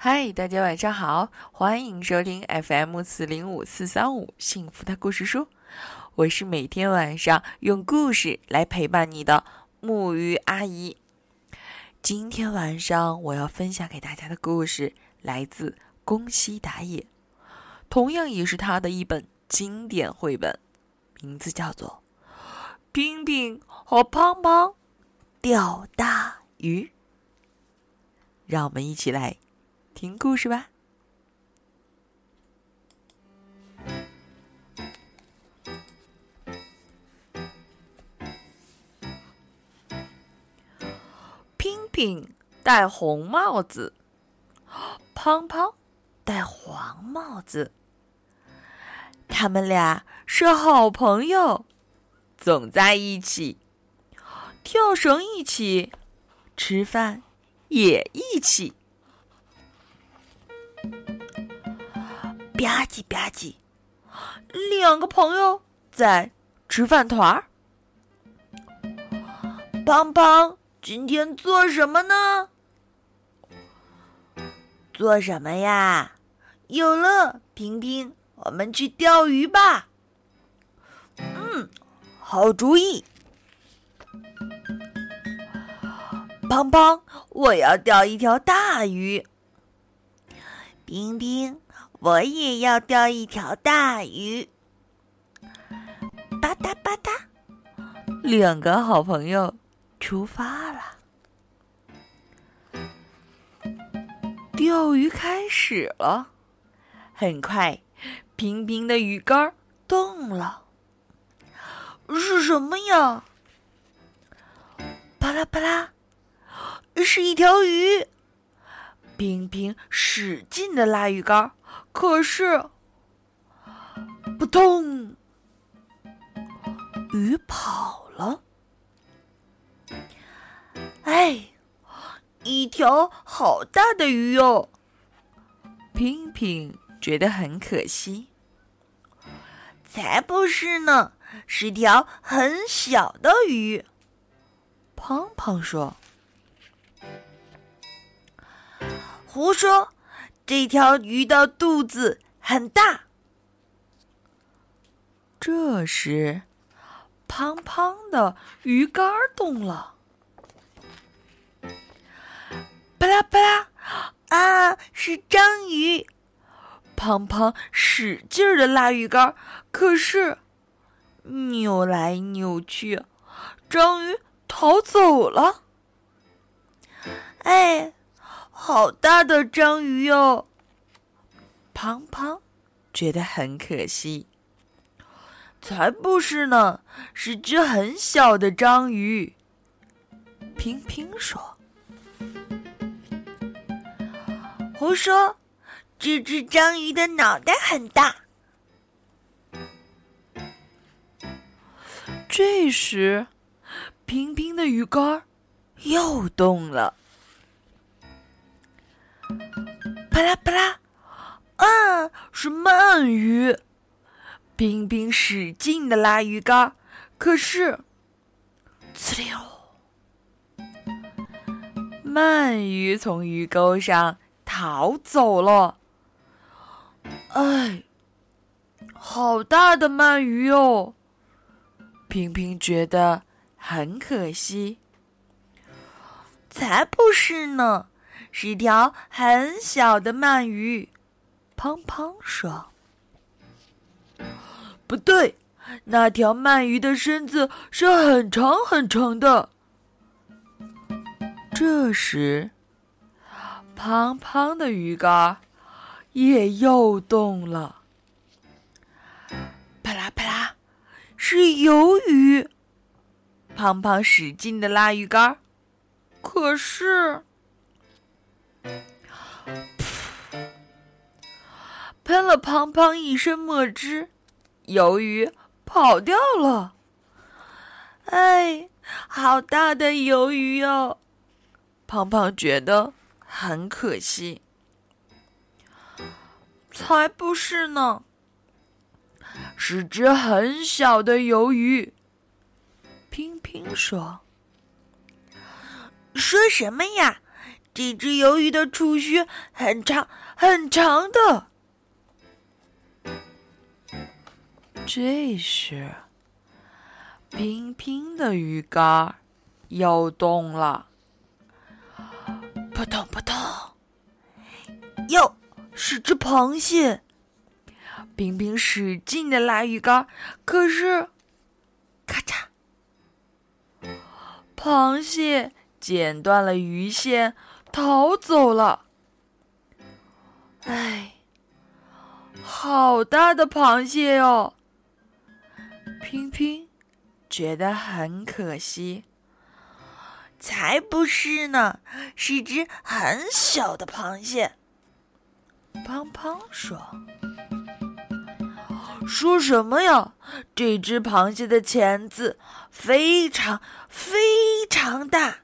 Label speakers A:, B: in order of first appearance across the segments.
A: 嗨，大家晚上好，欢迎收听 FM405435幸福的故事书。我是每天晚上用故事来陪伴你的木鱼阿姨。今天晚上我要分享给大家的故事来自宫西达也，同样也是他的一本经典绘本，名字叫做冰冰和胖胖钓大鱼。让我们一起来听故事吧。冰冰戴红帽子，胖胖戴黄帽子，他们俩是好朋友，总在一起，跳绳一起，吃饭也一起。吧唧吧唧，两个朋友在吃饭团儿。胖胖，今天做什么呢？做什么呀？有了，平平，我们去钓鱼吧。好主意。胖胖，我要钓一条大鱼。平平，我也要钓一条大鱼。吧嗒吧嗒，两个好朋友出发了。钓鱼开始了，很快，平平的鱼竿动了。是什么呀？啪啦啪啦，是一条鱼。平平使劲地拉鱼竿，可是扑通，鱼跑了。哎，一条好大的鱼哟！平平觉得很可惜。才不是呢，是条很小的鱼。胖胖说。胡说，这条鱼的肚子很大。这时，胖胖的鱼竿动了。巴拉巴拉，啊，是章鱼！胖胖使劲地拉鱼竿，可是扭来扭去，章鱼逃走了。哎，好大的章鱼哟！胖胖觉得很可惜。才不是呢，是只很小的章鱼。平平说。胡说，这只章鱼的脑袋很大。这时，平平的鱼竿又动了。啪啦啪啦，啊，是鳗鱼！平平使劲地拉鱼竿，可是，呲溜，鳗鱼从鱼钩上逃走了。哎，好大的鳗鱼哟！平平觉得很可惜。才不是呢，是条很小的鳗鱼。胖胖说。不对，那条鳗鱼的身子是很长很长的。这时，胖胖的鱼竿也又动了。啪啦啪啦，是鱿鱼！胖胖使劲地拉鱼竿，可是，喷了胖胖一身墨汁，鱿鱼跑掉了。哎，好大的鱿鱼哟！胖胖觉得很可惜。才不是呢，是只很小的鱿鱼。拼拼说。说什么呀？ 这只鱿鱼的触须很长很长的。这时，平平的鱼竿又动了，扑通扑通，哟，是只螃蟹。平平使劲的拉鱼竿，可是，咔嚓，螃蟹剪断了鱼线，逃走了。哎，好大的螃蟹哟！平平觉得很可惜。才不是呢，是只很小的螃蟹。胖胖说：“说什么呀？这只螃蟹的钳子非常非常大。”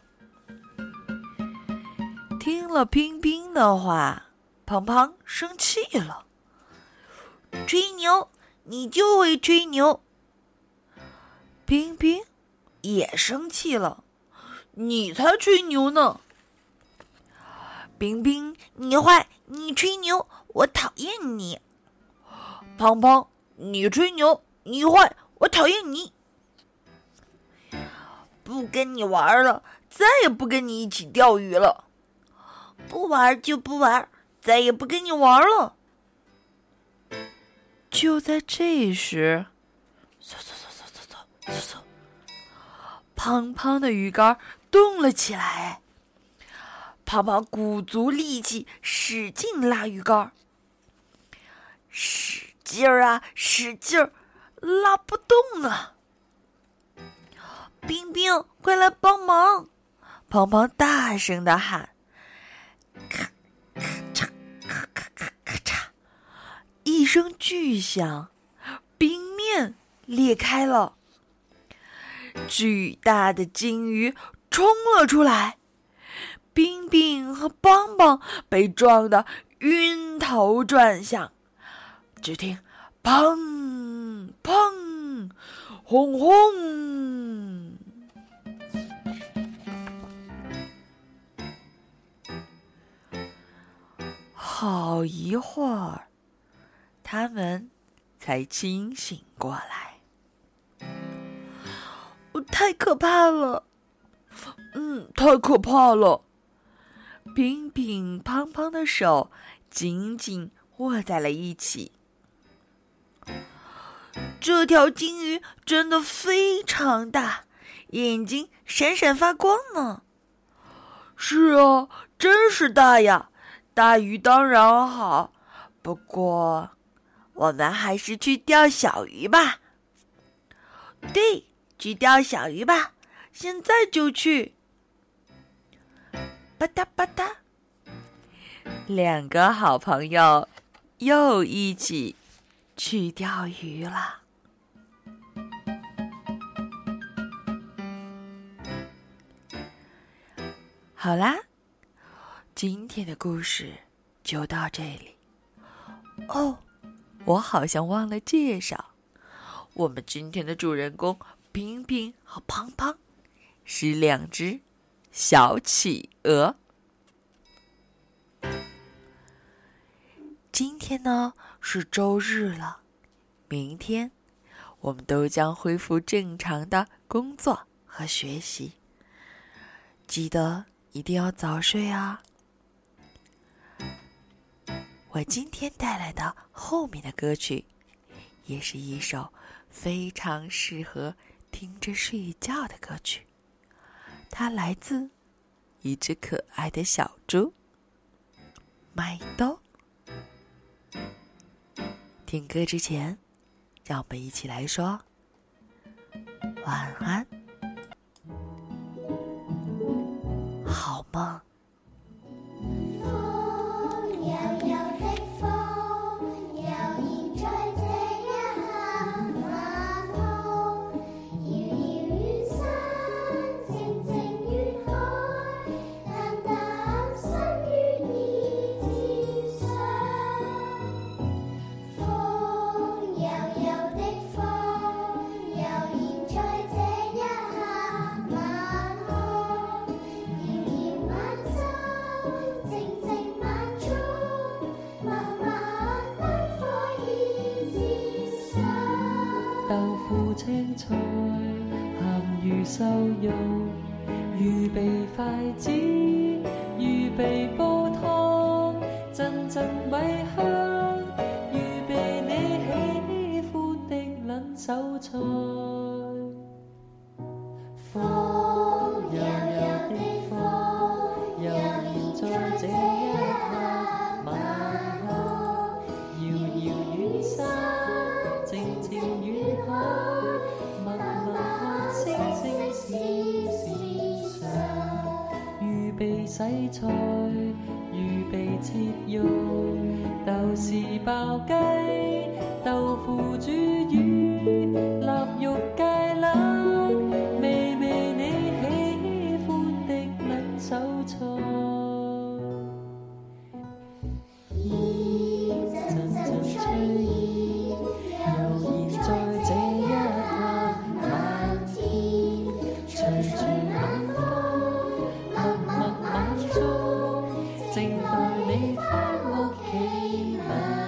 A: 听了平平的话，胖胖生气了。吹牛，你就会吹牛。平平也生气了，你才吹牛呢。平平，你坏，你吹牛，我讨厌你。胖胖，你吹牛，你坏，我讨厌你。不跟你玩了，再也不跟你一起钓鱼了。不玩就不玩，再也不跟你玩了。就在这时，嗖嗖嗖嗖嗖嗖嗖嗖，胖胖的鱼竿动了起来。胖胖鼓足力气，使劲拉鱼竿，使劲儿啊，使劲儿，拉不动啊！冰冰，快来帮忙！胖胖大声地喊。咔咔嚓，咔咔咔咔嚓，一声巨响，冰面裂开了，巨大的鲸鱼冲了出来。冰冰和邦邦被撞得晕头转向，只听砰砰轰轰，好一会儿，他们才清醒过来。太可怕了，太可怕了。冰冰胖胖的手紧紧握在了一起。这条金鱼真的非常大，眼睛闪闪发光呢。是啊，真是大呀！大鱼当然好，不过我们还是去钓小鱼吧。对，去钓小鱼吧，现在就去。吧嗒吧嗒，两个好朋友又一起去钓鱼了。好啦，今天的故事就到这里。哦，我好像忘了介绍，我们今天的主人公平平和胖胖是两只小企鹅。今天呢是周日了，明天我们都将恢复正常的工作和学习，记得一定要早睡啊。我今天带来的后面的歌曲也是一首非常适合听着睡觉的歌曲，它来自一只可爱的小猪麦兜。听歌之前，让我们一起来说晚安，好梦。
B: 青菜，鹹魚瘦肉，預備筷子，預備煲湯，陣陣米香，預備你喜歡的撚手菜。風柔柔的風，悠然在這一刻晚空，遙遙遠山，靜靜遠海，默默看星星閃閃上。預備洗菜，預備切肉，豆豉爆雞，豆腐煮魚，臘肉芥蘭，味味你喜歡的撚手菜。陣陣炊煙，悠然在這一刻漫天，隨隨晚風，默默晚鐘，靜待你返屋企。